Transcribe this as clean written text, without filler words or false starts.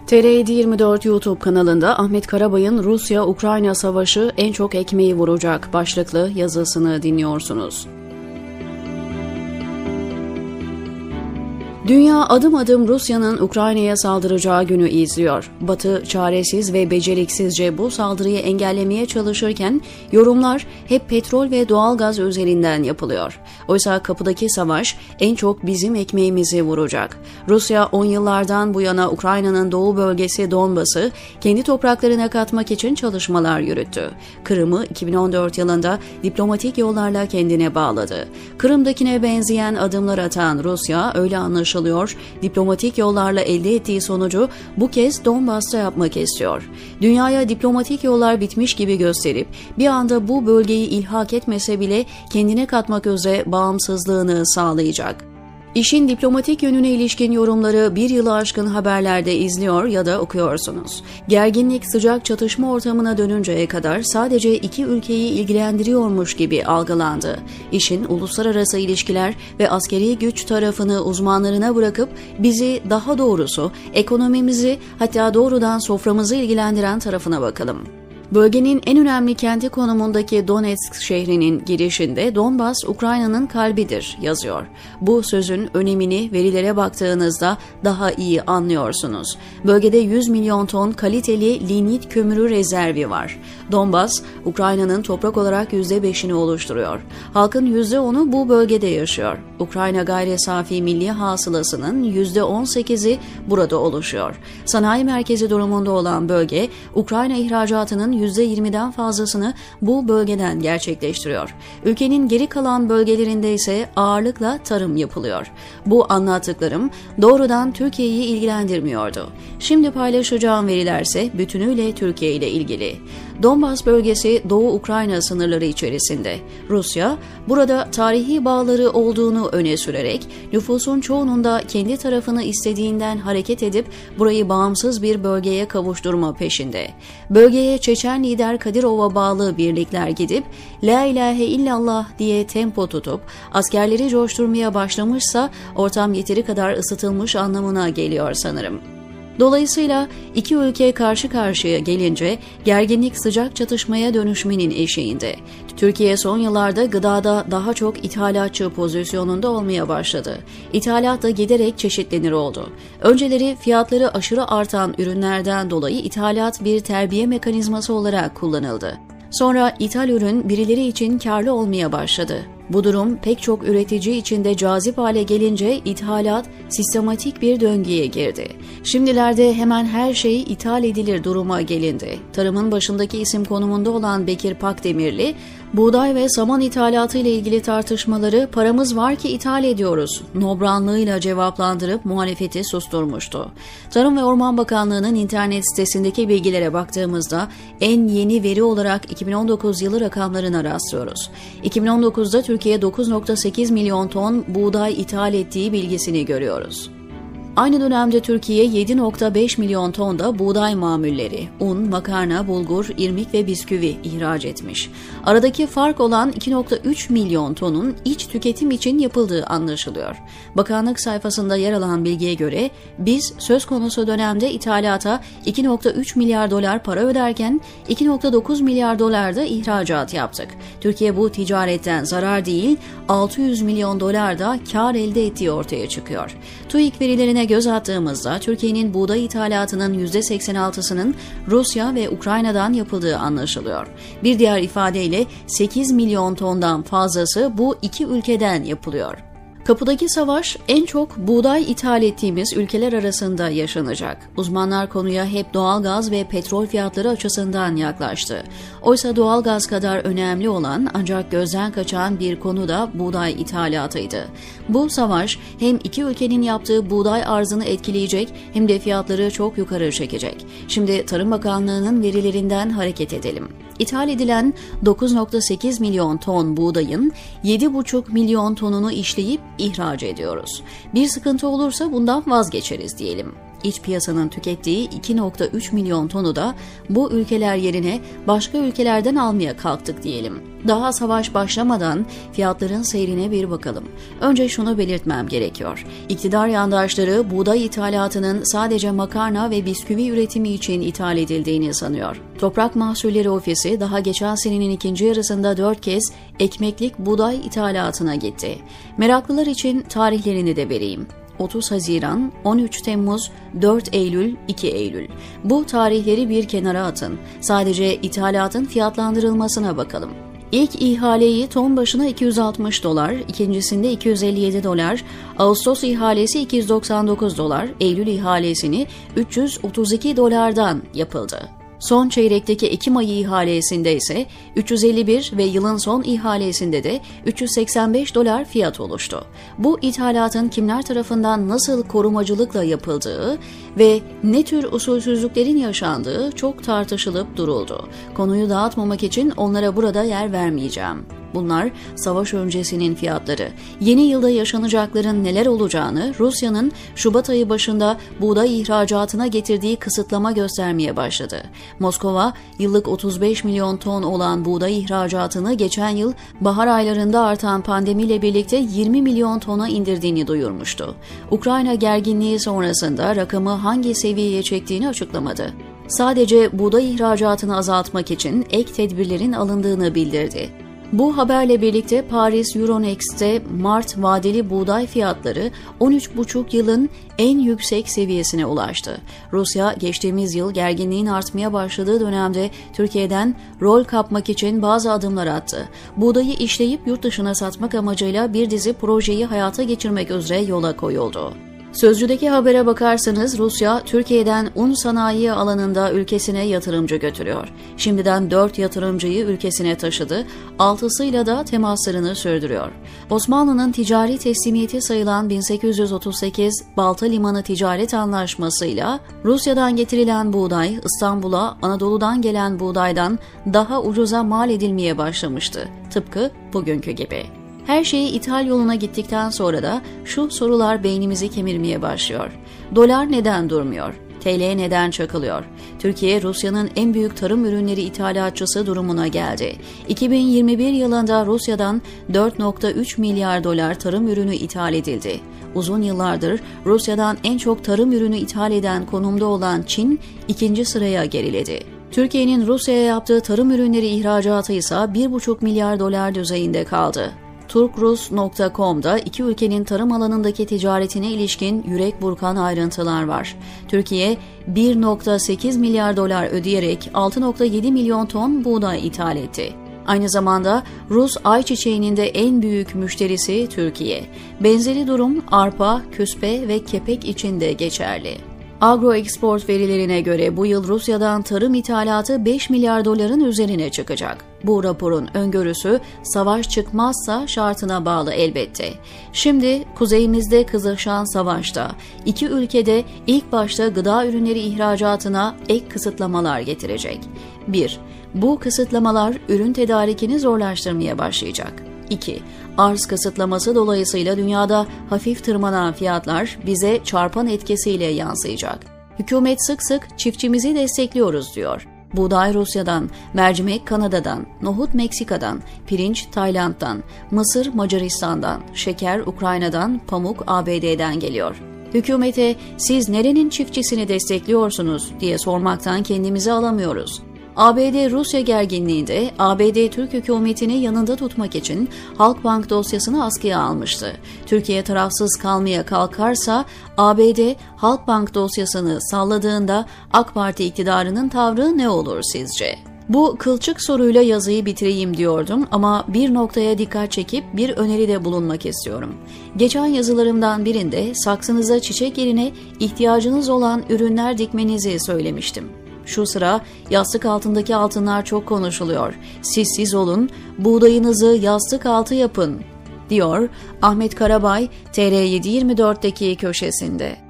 TR724 YouTube kanalında Ahmet Karabay'ın Rusya-Ukrayna Savaşı en çok ekmeği vuracak başlıklı yazısını dinliyorsunuz. Dünya adım adım Rusya'nın Ukrayna'ya saldıracağı günü izliyor. Batı çaresiz ve beceriksizce bu saldırıyı engellemeye çalışırken yorumlar hep petrol ve doğalgaz üzerinden yapılıyor. Oysa kapıdaki savaş en çok bizim ekmeğimizi vuracak. Rusya 10 yıllardan bu yana Ukrayna'nın doğu bölgesi Donbas'ı kendi topraklarına katmak için çalışmalar yürüttü. Kırım'ı 2014 yılında diplomatik yollarla kendine bağladı. Kırım'dakine benzeyen adımlar atan Rusya öyle anlaşılıyor, diplomatik yollarla elde ettiği sonucu bu kez Donbas'ta yapmak istiyor. Dünyaya diplomatik yollar bitmiş gibi gösterip bir anda bu bölgeyi ilhak etmese bile kendine katmak üzere bağımsızlığını sağlayacak. İşin diplomatik yönüne ilişkin yorumları bir yılı aşkın haberlerde izliyor ya da okuyorsunuz. Gerginlik sıcak çatışma ortamına dönünceye kadar sadece iki ülkeyi ilgilendiriyormuş gibi algılandı. İşin uluslararası ilişkiler ve askeri güç tarafını uzmanlarına bırakıp bizi, daha doğrusu ekonomimizi, hatta doğrudan soframızı ilgilendiren tarafına bakalım. Bölgenin en önemli kenti konumundaki Donetsk şehrinin girişinde Donbas Ukrayna'nın kalbidir yazıyor. Bu sözün önemini verilere baktığınızda daha iyi anlıyorsunuz. Bölgede 100 milyon ton kaliteli lignit kömürü rezervi var. Donbas, Ukrayna'nın toprak olarak %5'ini oluşturuyor. Halkın %10'u bu bölgede yaşıyor. Ukrayna gayri safi milli hasılasının %18'i burada oluşuyor. Sanayi merkezi durumunda olan bölge, Ukrayna ihracatının %20'den fazlasını bu bölgeden gerçekleştiriyor. Ülkenin geri kalan bölgelerinde ise ağırlıkla tarım yapılıyor. Bu anlattıklarım doğrudan Türkiye'yi ilgilendirmiyordu. Şimdi paylaşacağım verilerse bütünüyle Türkiye ile ilgili. Donbas bölgesi Doğu Ukrayna sınırları içerisinde. Rusya, burada tarihi bağları olduğunu öne sürerek nüfusun çoğunun da kendi tarafını istediğinden hareket edip burayı bağımsız bir bölgeye kavuşturma peşinde. Bölgeye Çeçen lider Kadirov'a bağlı birlikler gidip La ilahe illallah diye tempo tutup askerleri coşturmaya başlamışsa ortam yeteri kadar ısıtılmış anlamına geliyor sanırım. Dolayısıyla iki ülke karşı karşıya gelince gerginlik sıcak çatışmaya dönüşmenin eşiğinde. Türkiye son yıllarda gıdada daha çok ithalatçı pozisyonunda olmaya başladı. İthalat da giderek çeşitlenir oldu. Önceleri fiyatları aşırı artan ürünlerden dolayı ithalat bir terbiye mekanizması olarak kullanıldı. Sonra ithal ürün birileri için karlı olmaya başladı. Bu durum pek çok üretici için de cazip hale gelince ithalat sistematik bir döngüye girdi. Şimdilerde hemen her şey ithal edilir duruma gelindi. Tarımın başındaki isim konumunda olan Bekir Pakdemirli, buğday ve saman ithalatı ile ilgili tartışmaları paramız var ki ithal ediyoruz nobranlığıyla cevaplandırıp muhalefeti susturmuştu. Tarım ve Orman Bakanlığı'nın internet sitesindeki bilgilere baktığımızda en yeni veri olarak 2019 yılı rakamlarına rastlıyoruz. 2019'da Türkiye 9,8 milyon ton buğday ithal ettiği bilgisini görüyoruz. Aynı dönemde Türkiye 7,5 milyon ton da buğday mamulleri, un, makarna, bulgur, irmik ve bisküvi ihraç etmiş. Aradaki fark olan 2,3 milyon tonun iç tüketim için yapıldığı anlaşılıyor. Bakanlık sayfasında yer alan bilgiye göre biz söz konusu dönemde ithalata 2,3 milyar dolar para öderken 2,9 milyar dolar da ihracat yaptık. Türkiye bu ticaretten zarar değil 600 milyon dolar da kar elde ettiği ortaya çıkıyor. TÜİK verilerine göz attığımızda Türkiye'nin buğday ithalatının %86'sının Rusya ve Ukrayna'dan yapıldığı anlaşılıyor. Bir diğer ifadeyle 8 milyon tondan fazlası bu iki ülkeden yapılıyor. Kapıdaki savaş en çok buğday ithal ettiğimiz ülkeler arasında yaşanacak. Uzmanlar konuya hep doğalgaz ve petrol fiyatları açısından yaklaştı. Oysa doğalgaz kadar önemli olan ancak gözden kaçan bir konu da buğday ithalatıydı. Bu savaş hem iki ülkenin yaptığı buğday arzını etkileyecek hem de fiyatları çok yukarı çekecek. Şimdi Tarım Bakanlığı'nın verilerinden hareket edelim. İthal edilen 9,8 milyon ton buğdayın 7,5 milyon tonunu işleyip ihraç ediyoruz. Bir sıkıntı olursa bundan vazgeçeriz diyelim. İç piyasanın tükettiği 2,3 milyon tonu da bu ülkeler yerine başka ülkelerden almaya kalktık diyelim. Daha savaş başlamadan fiyatların seyrine bir bakalım. Önce şunu belirtmem gerekiyor. İktidar yandaşları buğday ithalatının sadece makarna ve bisküvi üretimi için ithal edildiğini sanıyor. Toprak Mahsulleri Ofisi daha geçen senenin ikinci yarısında 4 kez ekmeklik buğday ithalatına gitti. Meraklılar için tarihlerini de vereyim. 30 Haziran, 13 Temmuz, 4 Eylül, 2 Eylül. Bu tarihleri bir kenara atın. Sadece ithalatın fiyatlandırılmasına bakalım. İlk ihaleyi ton başına $260, ikincisinde $257, Ağustos ihalesi $299, Eylül ihalesini $332'dan yapıldı. Son çeyrekteki Ekim ayı ihalesinde ise 351 ve yılın son ihalesinde de $385 fiyat oluştu. Bu ithalatın kimler tarafından nasıl korumacılıkla yapıldığı ve ne tür usulsüzlüklerin yaşandığı çok tartışılıp duruldu. Konuyu dağıtmamak için onlara burada yer vermeyeceğim. Bunlar savaş öncesinin fiyatları. Yeni yılda yaşanacakların neler olacağını Rusya'nın Şubat ayı başında buğday ihracatına getirdiği kısıtlama göstermeye başladı. Moskova, yıllık 35 milyon ton olan buğday ihracatını geçen yıl bahar aylarında artan pandemiyle birlikte 20 milyon tona indirdiğini duyurmuştu. Ukrayna gerginliği sonrasında rakamı hangi seviyeye çektiğini açıklamadı. Sadece buğday ihracatını azaltmak için ek tedbirlerin alındığını bildirdi. Bu haberle birlikte Paris Euronext'te Mart vadeli buğday fiyatları 13,5 yılın en yüksek seviyesine ulaştı. Rusya geçtiğimiz yıl gerginliğin artmaya başladığı dönemde Türkiye'den rol kapmak için bazı adımlar attı. Buğdayı işleyip yurt dışına satmak amacıyla bir dizi projeyi hayata geçirmek üzere yola koyuldu. Sözcü'deki habere bakarsanız Rusya, Türkiye'den un sanayi alanında ülkesine yatırımcı götürüyor. Şimdiden 4 yatırımcıyı ülkesine taşıdı, 6'sıyla da temaslarını sürdürüyor. Osmanlı'nın ticari teslimiyeti sayılan 1838 Balta Limanı Ticaret Anlaşması'yla Rusya'dan getirilen buğday İstanbul'a Anadolu'dan gelen buğdaydan daha ucuza mal edilmeye başlamıştı. Tıpkı bugünkü gibi. Her şey ithal yoluna gittikten sonra da şu sorular beynimizi kemirmeye başlıyor. Dolar neden durmuyor? TL neden çakılıyor? Türkiye, Rusya'nın en büyük tarım ürünleri ithalatçısı durumuna geldi. 2021 yılında Rusya'dan $4,3 milyar tarım ürünü ithal edildi. Uzun yıllardır Rusya'dan en çok tarım ürünü ithal eden konumda olan Çin, ikinci sıraya geriledi. Türkiye'nin Rusya'ya yaptığı tarım ürünleri ihracatı ise $1,5 milyar düzeyinde kaldı. Turkrus.com'da iki ülkenin tarım alanındaki ticaretine ilişkin yürek burkan ayrıntılar var. Türkiye, $1,8 milyar ödeyerek 6,7 milyon ton buğday ithal etti. Aynı zamanda Rus ayçiçeğinin de en büyük müşterisi Türkiye. Benzeri durum arpa, küspe ve kepek için de geçerli. Agroexport verilerine göre bu yıl Rusya'dan tarım ithalatı $5 milyar üzerine çıkacak. Bu raporun öngörüsü savaş çıkmazsa şartına bağlı elbette. Şimdi kuzeyimizde kızışan savaşta iki ülkede ilk başta gıda ürünleri ihracatına ek kısıtlamalar getirecek. 1. Bu kısıtlamalar ürün tedarikini zorlaştırmaya başlayacak. 2. Arz kısıtlaması dolayısıyla dünyada hafif tırmanan fiyatlar bize çarpan etkisiyle yansıyacak. Hükümet sık sık çiftçimizi destekliyoruz diyor. Buğday Rusya'dan, mercimek Kanada'dan, nohut Meksika'dan, pirinç Tayland'dan, mısır Macaristan'dan, şeker Ukrayna'dan, pamuk ABD'den geliyor. Hükümete siz nerenin çiftçisini destekliyorsunuz diye sormaktan kendimizi alamıyoruz. ABD-Rusya gerginliğinde ABD Türk hükümetini yanında tutmak için Halkbank dosyasını askıya almıştı. Türkiye tarafsız kalmaya kalkarsa ABD Halkbank dosyasını salladığında AK Parti iktidarının tavrı ne olur sizce? Bu kılçık soruyla yazıyı bitireyim diyordum ama bir noktaya dikkat çekip bir öneride bulunmak istiyorum. Geçen yazılarımdan birinde saksınıza çiçek yerine ihtiyacınız olan ürünler dikmenizi söylemiştim. Şu sıra yastık altındaki altınlar çok konuşuluyor. Siz olun, buğdayınızı yastık altı yapın, diyor Ahmet Karabay TR724'deki köşesinde.